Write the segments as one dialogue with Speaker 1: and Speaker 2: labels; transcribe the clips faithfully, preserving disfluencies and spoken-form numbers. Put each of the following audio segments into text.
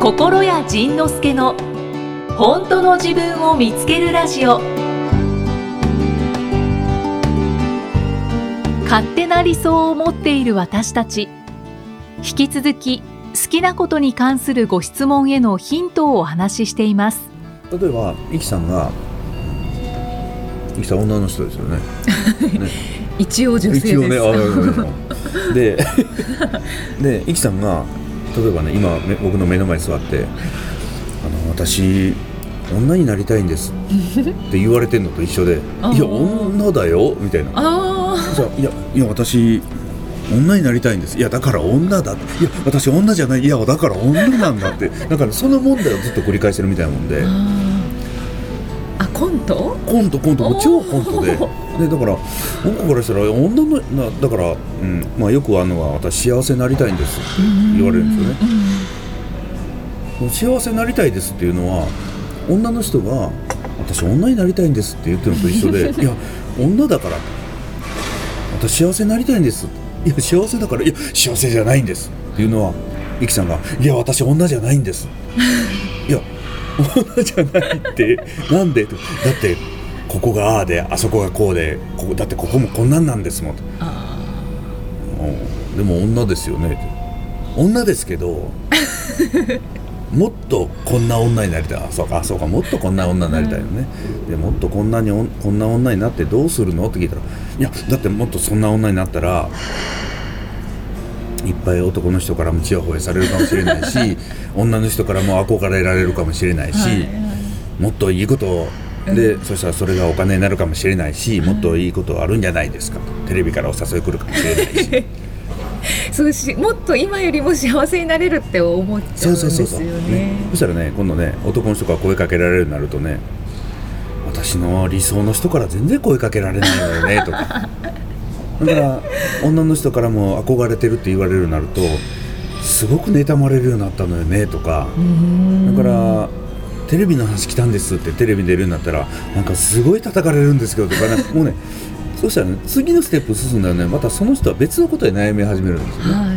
Speaker 1: 心谷仁之助の本当の自分を見つけるラジオ。勝手な理想を持っている私たち。引き続き好きなことに関するご質問へのヒントをお話ししています。
Speaker 2: 例えばイキさんがイキさん女の人ですよね。ね
Speaker 1: 一応女性です。一応ね、
Speaker 2: あででイキさんが例えばね今僕の目の前に座ってあの私女になりたいんですって言われてるのと一緒でいや女だよみたいな。あじゃあいやいや私女になりたいんです。いやだから女だ。いや私女じゃない。いやだから女なんだって。だからその問題をずっと繰り返してるみたいなもんで。
Speaker 1: あコント？
Speaker 2: コントコント超コントで。でだから僕からしたら女のなだから、うんまあ、よくあるのは私幸せになりたいんですって言われるんですよね。うん、幸せになりたいですっていうのは女の人が私女になりたいんですって言ってるのと一緒でいや女だから私幸せになりたいんですいや幸せだからいや幸せじゃないんですっていうのはイキさんがいや私女じゃないんですいや女じゃないってなんでだってここがああであそこがこうでここだってここもこんなんなんですもん。あでも女ですよね女ですけどもっとこんな女になりたい。あそうかそうかもっとこんな女になりたいよね、うん、でもっとこんなにこんな女になってどうするのって聞いたらいやだってもっとそんな女になったらいっぱい男の人からもチヤホヤされるかもしれないし女の人からも憧れられるかもしれないし、はいはい、もっといいことで、うん、そしたらそれがお金になるかもしれないし、うん、もっといいことあるんじゃないですかとテレビからお誘い来るかもしれないし
Speaker 1: そうしもっと今よりも幸せになれるって思っちゃうんですよね。そうそうそうそうね。
Speaker 2: そしたらね今度ね男の人から声かけられるようになるとね私の理想の人から全然声かけられないのよねとかだから女の人からも憧れてるって言われるようになるとすごく妬まれるようになったのよねとかだからテレビの話来たんですってテレビ出るようになったらなんかすごい叩かれるんですけどとかねもうねそしたらね次のステップ進んだらねまたその人は別のことで悩み始めるんですよね、はいはい、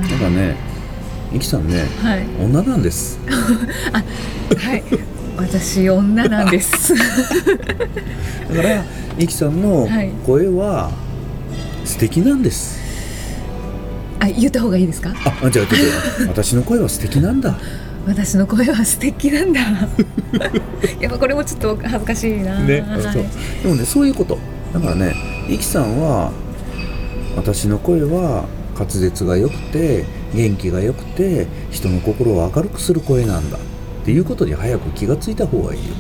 Speaker 2: だからねイキさんね、はい、女なんです
Speaker 1: あはい私女なんですだ
Speaker 2: からイキさんの声は素敵なんです、
Speaker 1: はい、あ言った方がいいですか。
Speaker 2: ああじゃあちょっと私の声は素敵なんだ
Speaker 1: 私の声は素敵なんだやっぱこれもちょっと恥ずかしいな、ねはい、
Speaker 2: そうでもねそういうことだからねイキさんは私の声は滑舌が良くて元気が良くて人の心を明るくする声なんだっていうことに早く気がついた方がいいよね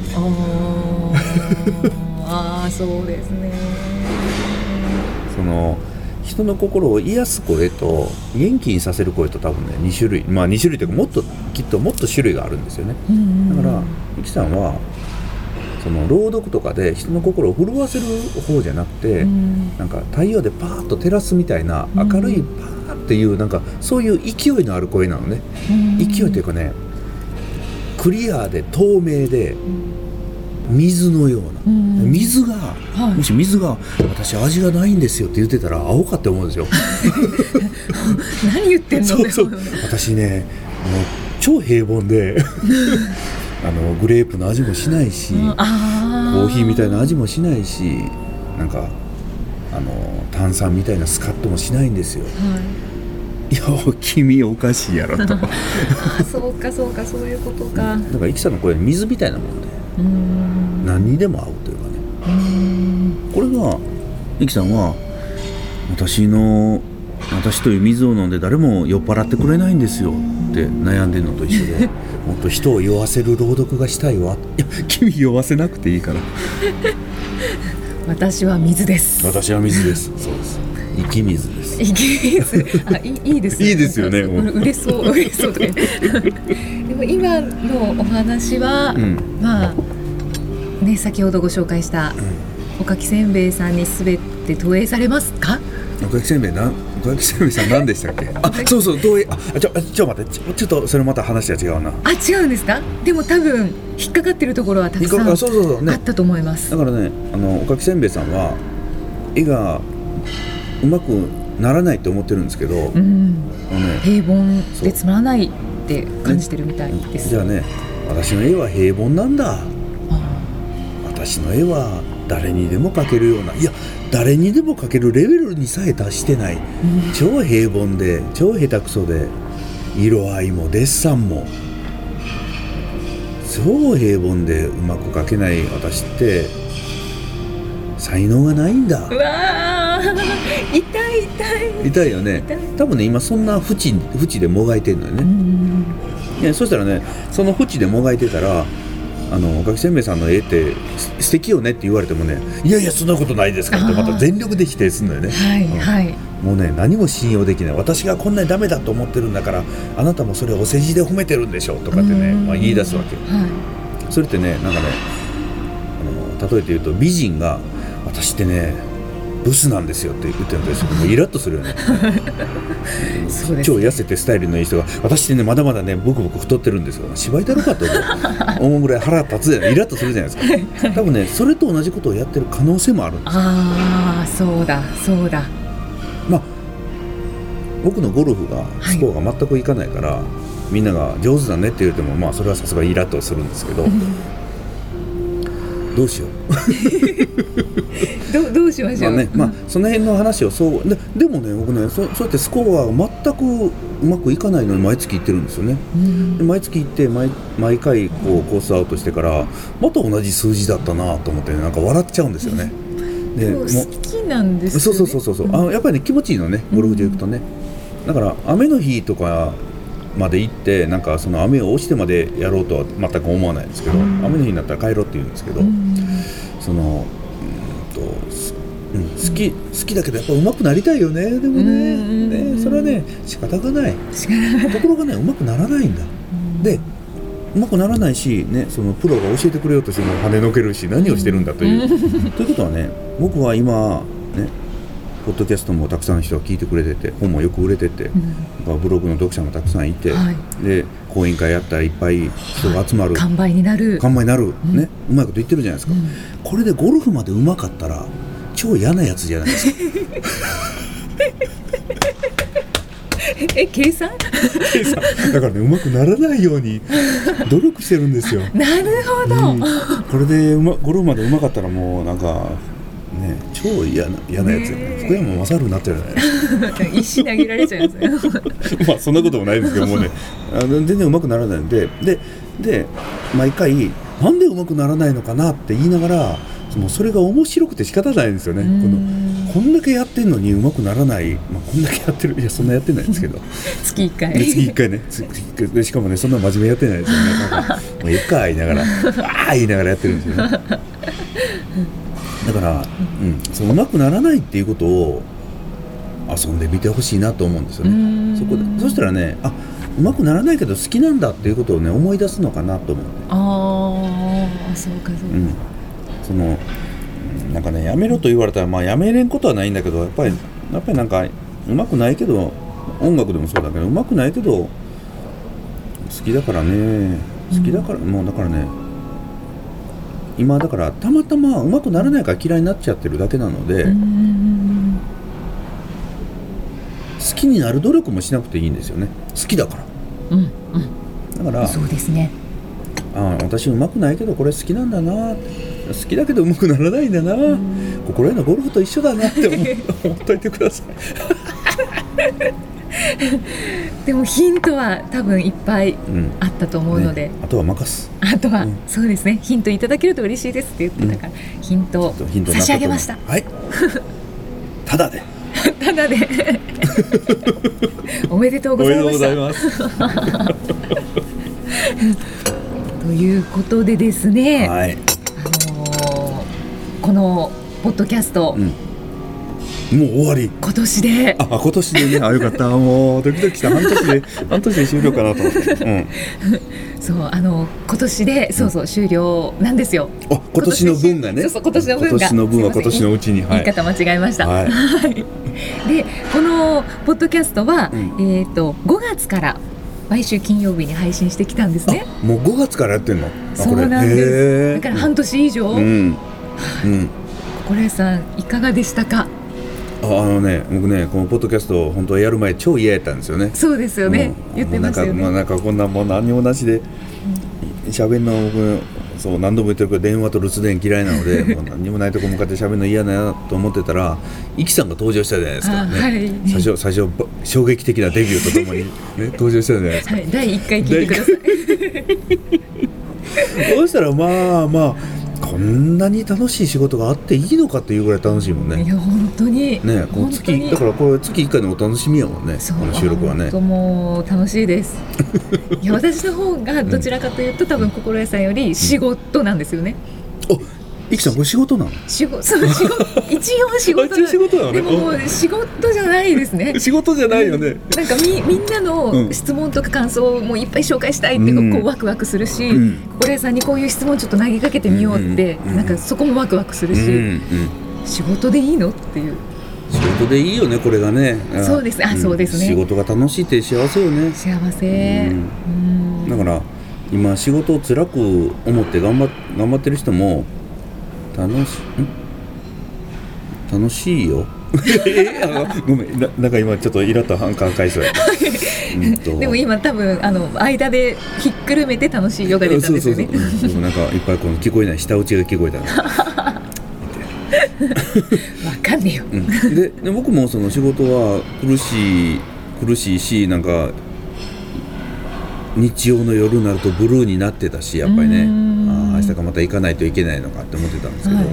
Speaker 1: ああそうですね。
Speaker 2: その人の心を癒す声と元気にさせる声と多分ねに種類まあに種類というかもっときっともっと種類があるんですよね。だからイキさんはその朗読とかで人の心を震わせる方じゃなくてなんか太陽でパーッと照らすみたいな明るいパーっていうなんかそういう勢いのある声なのね。勢いというかねクリアで透明で水のような、うん、水が、はい、もし水が私味がないんですよって言ってたら青かって思うんですよ
Speaker 1: 何言ってんのそう
Speaker 2: そう私ねもう超平凡であのグレープの味もしないし、うん、あコーヒーみたいな味もしないしなんかあの炭酸みたいなスカッともしないんですよ、はい、いや君おかしいやろとあ
Speaker 1: そうかそうかそういうことか、うん、
Speaker 2: だからイキさんの声は水みたいなもんでうーん何にでも合うというかねうーんこれがイキさんは私の私という水を飲んで誰も酔っ払ってくれないんですよって悩んでるのと一緒でもっと人を酔わせる朗読がしたいわ。いや君酔わせなくていいから
Speaker 1: 私は水です。
Speaker 2: 私は水ですそうです生き水です。
Speaker 1: 生き水あ い, いいですね。
Speaker 2: いいですよね。
Speaker 1: うれそううれそうとかでも今のお話は、うん、まあね先ほどご紹介した、うん、おかきせんべいさんにすべて投影されますか。
Speaker 2: おかきせんべいなおかきせんべいさん何でしたっけあそうそう投影あちょちょ待ってちょちょっとそれまた話が違うな
Speaker 1: あ違うんですか。でも多分引っかかってるところはたくさんあったと思います。
Speaker 2: だからねあのおかきせんべいさんは絵がうまくならないと思ってるんですけど、うん
Speaker 1: あのね、平凡でつまらないって感じてるみたいです、
Speaker 2: じゃあね、私の絵は平凡なんだ、私の絵は誰にでも描けるような、いや誰にでも描けるレベルにさえ達してない、うん、超平凡で超下手くそで、色合いもデッサンも超平凡でうまく描けない私って才能がないんだ。
Speaker 1: うわー、痛い痛い
Speaker 2: 痛いよね。多分ね今そんな淵淵でもがいてるのよね、うん、いやそしたらね、その淵でもがいてたら、あのおかきせんべいさんの絵って素敵よねって言われてもね、いやいやそんなことないですからってまた全力で否定するのよね。
Speaker 1: はい、うん、はい、
Speaker 2: もうね何も信用できない、私がこんなにダメだと思ってるんだからあなたもそれをお世辞で褒めてるんでしょとかってね、まあ、言い出すわけよ、はい、それってねなんかね、あの例えて言うと美人が私ってねブスなんですよって言ってるんですけど、もうイラッとするよねそうですね、超痩せてスタイルのいい人が私ってねまだまだねブクブク太ってるんですよ、芝居だろうかと思うぐらい腹立つじゃない、イラッとするじゃないですか多分ねそれと同じことをやってる可能性もあるんですよ。
Speaker 1: ああそうだそうだ。
Speaker 2: まあ僕のゴルフがスコアが全くいかないから、はい、みんなが上手だねって言ってもまあそれはさすがにイラッとするんですけどどうしよう
Speaker 1: ど, どうしましょう、
Speaker 2: まあね、まあ、その辺の話をそう で, でもね僕ね そ, そうやってスコアが全くうまくいかないのに毎月行ってるんですよね、うん、で毎月行って 毎, 毎回こうコースアウトしてからまた同じ数字だったなと思ってなんか笑っちゃうんですよね。
Speaker 1: でも好きなんですよね。
Speaker 2: そうそうそうそう、うん、あのやっぱりね気持ちいいのねゴルフで行くとね、うん、だから雨の日とかまで行ってなんかその雨を押してまでやろうとは全く思わないんですけど、うん、雨の日になったら帰ろうって言うんですけど、うん、そのうんと、うん、好き好きだけどやっぱ上手くなりたいよね。でも ね,、うん、ねそれはね仕方がないところがね上手くならないんだ、うん、で上手くならないし、ね、そのプロが教えてくれようとしても跳ねのけるし何をしてるんだという、うん、ということはね僕は今ねポッドキャストもたくさんの人が聞いてくれてて本もよく売れてて、うん、ブログの読者もたくさんいて、はい、で講演会やったらいっぱい人が集まる、
Speaker 1: はい、完売になる
Speaker 2: 完売になる、うんね、うまいこと言ってるじゃないですか、うん、これでゴルフまでうまかったら超嫌なやつじゃないですか
Speaker 1: え計算
Speaker 2: 計算だからねうまくならないように努力してるんですよ
Speaker 1: なるほど、うん、
Speaker 2: これでう、ま、ゴルフまでうまかったらもうなんかね、超嫌な、嫌なやつ、ね、福山雅治になっちゃうじゃないですか
Speaker 1: 石投げられちゃいますよ
Speaker 2: まあそんなこともないですけどもうねあの全然うまくならないんででで毎回なんでうまくならないのかなって言いながらもうそれが面白くて仕方ないんですよね。このこんだけやってんのにうまくならない、まあ、こんだけやってるいやそんなやってないんですけど
Speaker 1: 月いっかい
Speaker 2: 月いっかいね月いっかいでしかもねそんな真面目やってないですよねなんかもういっか言いながらああ言いながらやってるんですよねだから、うん、そのうまくならないっていうことを遊んでみてほしいなと思うんですよね。そこでそしたらねあうまくならないけど好きなんだっていうことをね思い出すのかなと思う、ね、
Speaker 1: ああそうかそうか、うん、
Speaker 2: そのなんかねやめろと言われたらまあやめれんことはないんだけどやっぱりやっぱりなんかうまくないけど音楽でもそうだけどうまくないけど好きだからね好きだから、うん、もうだからね今だからたまたまうまくならないから嫌いになっちゃってるだけなので、うん、好きになる努力もしなくていいんですよね。好きだから、うんうん、だから
Speaker 1: そうですね。
Speaker 2: あ私うまくないけどこれ好きなんだな好きだけどうまくならないんだな、うん、心得のゴルフと一緒だなって思思っといてください
Speaker 1: でもヒントは多分いっぱいあったと思うので、
Speaker 2: うんね、あとは任す
Speaker 1: あとは、うん、そうですねヒントいただけると嬉しいですって言ってたから、うん、ヒントを差し上げました。
Speaker 2: はいただで
Speaker 1: ただでおめでとうございました。おめでとうございますということでですね、はい、あのー、このポッドキャスト、うん
Speaker 2: もう終わり
Speaker 1: 今年で
Speaker 2: あ今年でねあよかったもうドキドキした半年で半年で終了かなと思って、うん、
Speaker 1: そうあの今年でそうそう、うん、終了なんですよ。
Speaker 2: あ今年の分がね
Speaker 1: そうそう今年の分が
Speaker 2: 今年の分は今年のうちに、
Speaker 1: はい、言い方間違えました、はい、でこのポッドキャストは、うん、えーとごがつから毎週金曜日に配信してきたんですね。
Speaker 2: もうごがつからやってんの。
Speaker 1: そうなんですだから半年以上、うんうん、心得さんいかがでしたか。
Speaker 2: ああのね、僕ねこのポッドキャスト本当はやる前超嫌やったんですよね。
Speaker 1: そうですよね、うん、言ってましたよね。
Speaker 2: なんか、まあ、なんかこんなもう何にもなしで喋、うん、るの僕そう何度も言ってるけど電話と留守電嫌いなのでもう何にもないとこ向かって喋るの嫌だなと思ってたらイキさんが登場したじゃないですか、ねはい、最初最初衝撃的なデビューとともに、ね、登場したじゃないですか、はい、
Speaker 1: だいいっかい聞いてください
Speaker 2: そうしたらまあまあこんなに楽しい仕事があっていいのかっていうぐらい楽しいもんね。
Speaker 1: いや本当に
Speaker 2: ね、この月だからこれ月いっかいのお楽しみやもんね。この収録はね。
Speaker 1: 本当もう楽しいです。いや私の方がどちらかというと、うん、多分心得さんより仕事なんですよね。
Speaker 2: うん、あ、イキさんこれ仕事なの？
Speaker 1: 仕事、そう仕事一応仕事
Speaker 2: な仕事なのね。
Speaker 1: でももう仕事じゃないですね。
Speaker 2: 仕事じゃないよね。
Speaker 1: なんか み, みんなの質問とか感想をもういっぱい紹介したいってこう、うん、ワクワクするし、うん、心得さんにこういう質問ちょっと投げかけてみようって、うん、なんかそこもワクワクするし、うんうん、仕事でいいのっていう。
Speaker 2: 仕事でいいよねこれがね。
Speaker 1: そうです。あ、うん、そうですね。
Speaker 2: 仕事が楽しいって幸せよね。
Speaker 1: 幸せ。うん、
Speaker 2: だから今仕事を辛く思って頑 張, 頑張ってる人も楽しい楽しいよごめん な, なんか今ちょっとイラッと半感返しそうや
Speaker 1: うんとでも今多分あの間でひっくるめて楽しいよが出たんですよね。
Speaker 2: そうそうそう、うん、なんかいっぱいこの聞こえない舌打ちが聞こえたわ
Speaker 1: かんねえよ、
Speaker 2: うん、で, で僕もその仕事は苦しい苦しいしなんか日曜の夜になるとブルーになってたしやっぱりねあ明日かまた行かないといけないのかって思ってたんですけど、はい、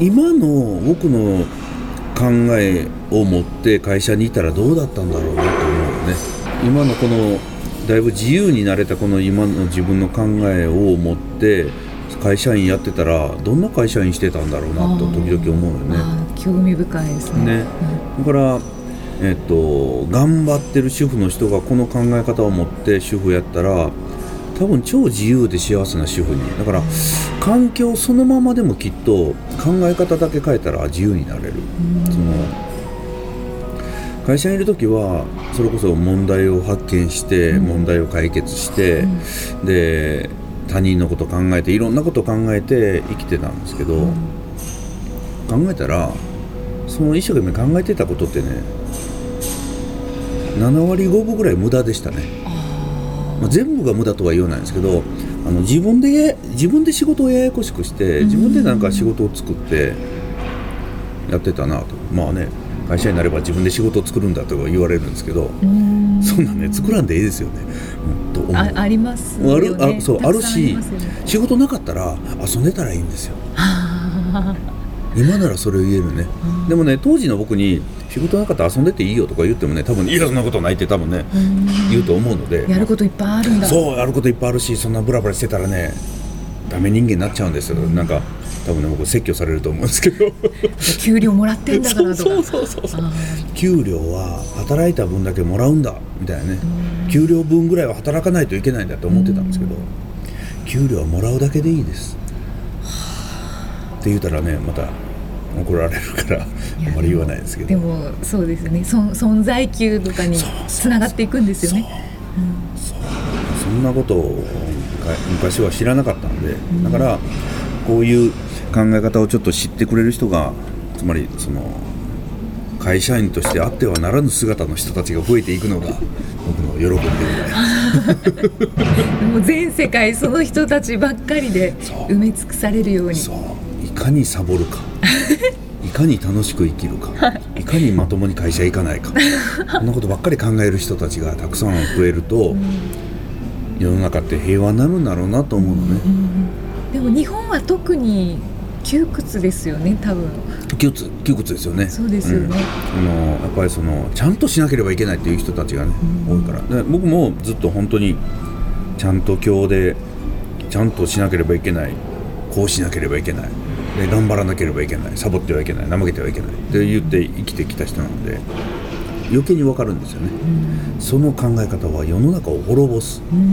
Speaker 2: 今の僕の考えを持って会社にいたらどうだったんだろうなと思うよね。今のこのだいぶ自由になれたこの今の自分の考えを持って会社員やってたらどんな会社員してたんだろうなと時々思うよね。
Speaker 1: あ興味深いですね。
Speaker 2: ね、だからえっと、頑張ってる主婦の人がこの考え方を持って主婦やったら多分超自由で幸せな主婦にだから環境そのままでもきっと考え方だけ変えたら自由になれる。その会社にいるときはそれこそ問題を発見して問題を解決してで他人のことを考えていろんなことを考えて生きてたんですけど考えたらその一生懸命考えてたことってねななわりごぶぐらい無駄でしたね。まあ、全部が無駄とは言わないんですけどあの自分で自分で仕事をややこしくして自分でなんか仕事を作ってやってたなと。まあね会社になれば自分で仕事を作るんだとか言われるんですけどそんなんね作らんでいいですよね。
Speaker 1: と思う あ, ありますよね。
Speaker 2: あるあそうあるし仕事なかったら遊んでたらいいんですよ今ならそれを言えるね。でもね当時の僕に仕事なかったら遊んでていいよとか言ってもね多分いやそんなことないって多分ね言うと思うので
Speaker 1: やることいっぱいあるんだ。
Speaker 2: そうやることいっぱいあるしそんなブラブラしてたらねダメ人間になっちゃうんですよ。なんか多分ね僕説教されると思うんですけど
Speaker 1: 給料もらってんだからとか
Speaker 2: そうそうそうそう給料は働いた分だけもらうんだみたいなね給料分ぐらいは働かないといけないんだと思ってたんですけど給料はもらうだけでいいですって言ったらねまた怒られるからあんまり言わないですけど
Speaker 1: でもそうですねそ存在給とかにつながっていくんですよね。
Speaker 2: そうそうそう、うん、そんなことを昔は知らなかったんで、うん、だからこういう考え方をちょっと知ってくれる人がつまりその会社員としてあってはならぬ姿の人たちが増えていくのが僕の喜んでるぐらい
Speaker 1: もう全世界その人たちばっかりで埋め尽くされるように
Speaker 2: そういかにサボるかいかに楽しく生きるかいかにまともに会社行かないかこんなことばっかり考える人たちがたくさん増えると、うん、世の中って平和になるんだろうなと思うのね、うん
Speaker 1: うん、でも日本は特に窮屈ですよね多分
Speaker 2: 窮屈、窮屈ですよね。
Speaker 1: そうですよね、
Speaker 2: うん、あのやっぱりそのちゃんとしなければいけないっていう人たちが、ねうん、多いからで僕もずっと本当にちゃんと今日でちゃんとしなければいけないこうしなければいけないで頑張らなければいけないサボってはいけない怠けてはいけないって言って生きてきた人なので余計に分かるんですよね、うん、その考え方は世の中を滅ぼす、うん、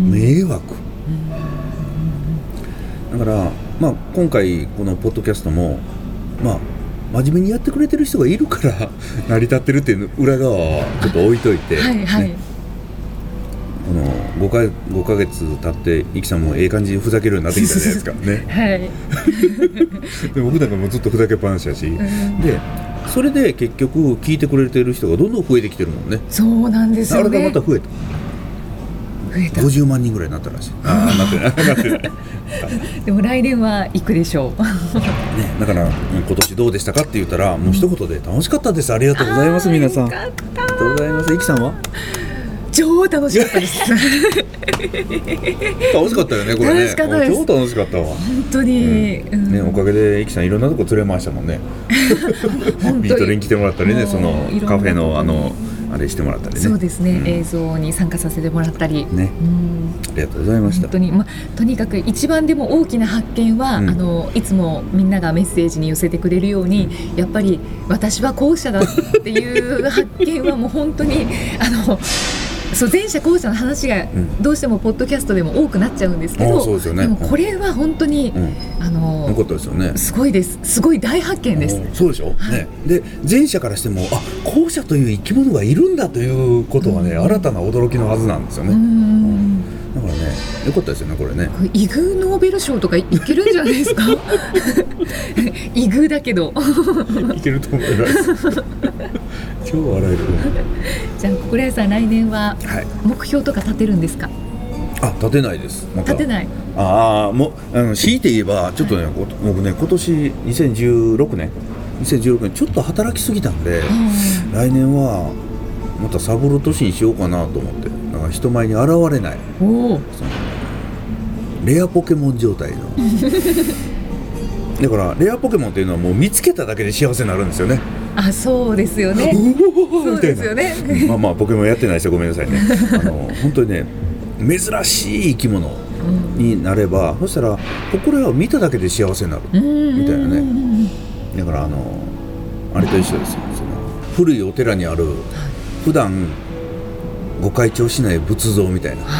Speaker 2: 迷惑、うん、だから、まあ、今回このポッドキャストも、まあ、真面目にやってくれてる人がいるから成り立ってるっていう裏側はちょっと置いといて、はいはい、ね、 この 5, かごかげつ経ってイキさんもええ感じにふざけるようになってきたじゃないですかね
Speaker 1: はい
Speaker 2: で僕なんかもずっとふざけっぱなしだし、うん、でそれで結局聞いてくれてる人がどんどん増えてきてるもんね。
Speaker 1: そうなんですよね。
Speaker 2: あれがまた増えた増えたごじゅうまんにんぐらいになったらしい。ああなってないなってない
Speaker 1: でも来年は行くでしょうね。
Speaker 2: だから今年どうでしたかって言ったらもう一言で楽しかったです、ありがとうございます。皆さんありがとうございます。イキさんは
Speaker 1: 超楽しかったです
Speaker 2: 楽しかったよねこれね。
Speaker 1: 楽しかったです。
Speaker 2: 超楽しかったわ本
Speaker 1: 当に、
Speaker 2: うんうんね、おかげでイキさんいろんなとこ連れましたもんねビートルに来てもらったりね、そのカフェのあのあれしてもらったりね。
Speaker 1: そうですね、
Speaker 2: うん、
Speaker 1: 映像に参加させてもらったりね、
Speaker 2: うん、ありがとうございました。
Speaker 1: 本当に、ま、とにかく一番でも大きな発見は、うん、あのいつもみんながメッセージに寄せてくれるように、うん、やっぱり私は後者だっていう発見はもう本当にあのそう前者後者の話がどうしてもポッドキャストでも多くなっちゃうんですけど、うん、そうですよね、でもこれは本当に、うん、あの
Speaker 2: よかったですよね。
Speaker 1: すごいです。すごい大発見です。
Speaker 2: そうでしょ、はいね、で前者からしてもあ後者という生き物がいるんだということはね、うん、新たな驚きのはずなんですよね。うん、うん、だからねよかったですよねこれね。
Speaker 1: これイグ・ノーベル賞とかいけるんじゃないですかイグだけど
Speaker 2: いけると思います超笑える
Speaker 1: じゃあ小倉屋さん来年は目標とか立てるんですか？
Speaker 2: はい、あ立てないです。また
Speaker 1: 立てない。
Speaker 2: ああもうあの強いて言えばちょっとね、はい、僕ね今年にせんじゅうろくねんにせんじゅうろくねんちょっと働きすぎたんで、うん、来年はまたサボる年にしようかなと思って、だから人前に現れないおそのレアポケモン状態のだからレアポケモンっていうのはもう見つけただけで幸せになるんですよね。
Speaker 1: あそうですよねそうですよね
Speaker 2: まあまあポケモンやってない人ごめんなさいねあの本当にね珍しい生き物になれば、うん、そしたらこれを見ただけで幸せになるみたいなね。だからあのあれと一緒ですよ。その古いお寺にある普段ご開帳しない仏像みたいな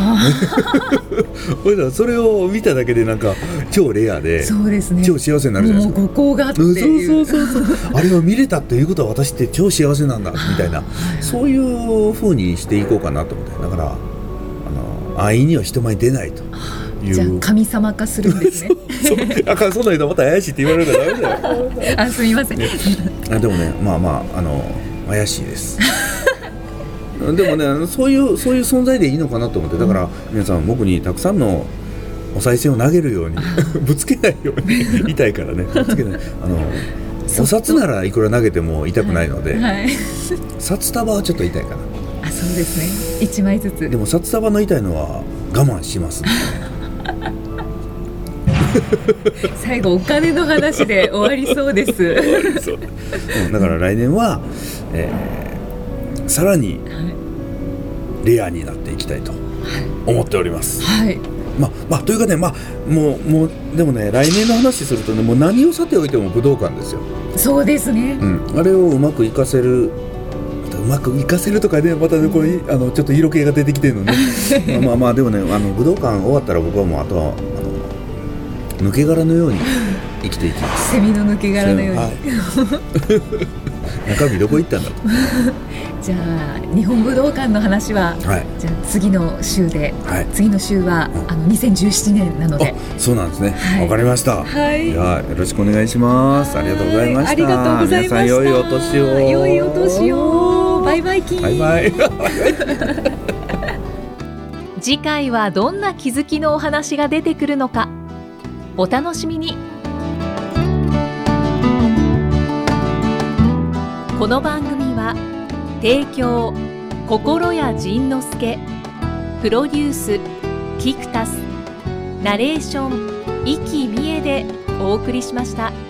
Speaker 2: それを見ただけでなんか超レアで、そうですね、超幸せになるじゃないですか。
Speaker 1: もう五光があっていう
Speaker 2: そうそうそうそうあれを見れたっていうことは私って超幸せなんだみたいなそういう風にしていこうかなと思って。だからあの安易には人前に出ないという。
Speaker 1: じゃあ神様化するんですね
Speaker 2: そうあかんそんな人また怪しいって言われるからダメだよ
Speaker 1: あすみません、ね、
Speaker 2: あでもねまあまああの怪しいですでもねそういうそういう存在でいいのかなと思って。だから皆さん僕にたくさんのお賽銭を投げるようにぶつけないように痛いからねぶつけないあのお札ならいくら投げても痛くないので、はいはい、札束はちょっと痛いかな。
Speaker 1: あそうですねいちまいずつ。
Speaker 2: でも札束の痛いのは我慢します
Speaker 1: 最後お金の話で終わりそうです
Speaker 2: そう、うん、だから来年は、えー、さらにレアになっていきたいと思っております、
Speaker 1: はい
Speaker 2: ままあ、というかね、まあ、もう、もうでもね来年の話するとねもう何をさておいても武道館ですよ。
Speaker 1: そうですね、
Speaker 2: うん、あれをうまく活かせるうまく活かせるとかねまたねこれあのちょっと色気が出てきてるのねまあまあでもねあの武道館終わったら僕はもうあとはあの抜け殻のように生きていきます
Speaker 1: セミの抜け殻のように、はい、
Speaker 2: 中身どこ行ったんだと
Speaker 1: じゃあ日本武道館の話は、はい、じゃあ次の週で、はい、次の週は、うん、あのにせんじゅうななねんなので。
Speaker 2: そうなんですね、はい、わかりました、
Speaker 1: はい、
Speaker 2: じゃあよろしくお願いします。ありがとうございました。
Speaker 1: ありがとうございました。
Speaker 2: 皆さん良いお年を。
Speaker 1: 良いお年を。バイバイキーン。
Speaker 2: バイバイ
Speaker 1: 次回はどんな気づきのお話が出てくるのかお楽しみに。この番組は提供心谷仁之助、プロデュースキクタス、ナレーション生きみえでお送りしました。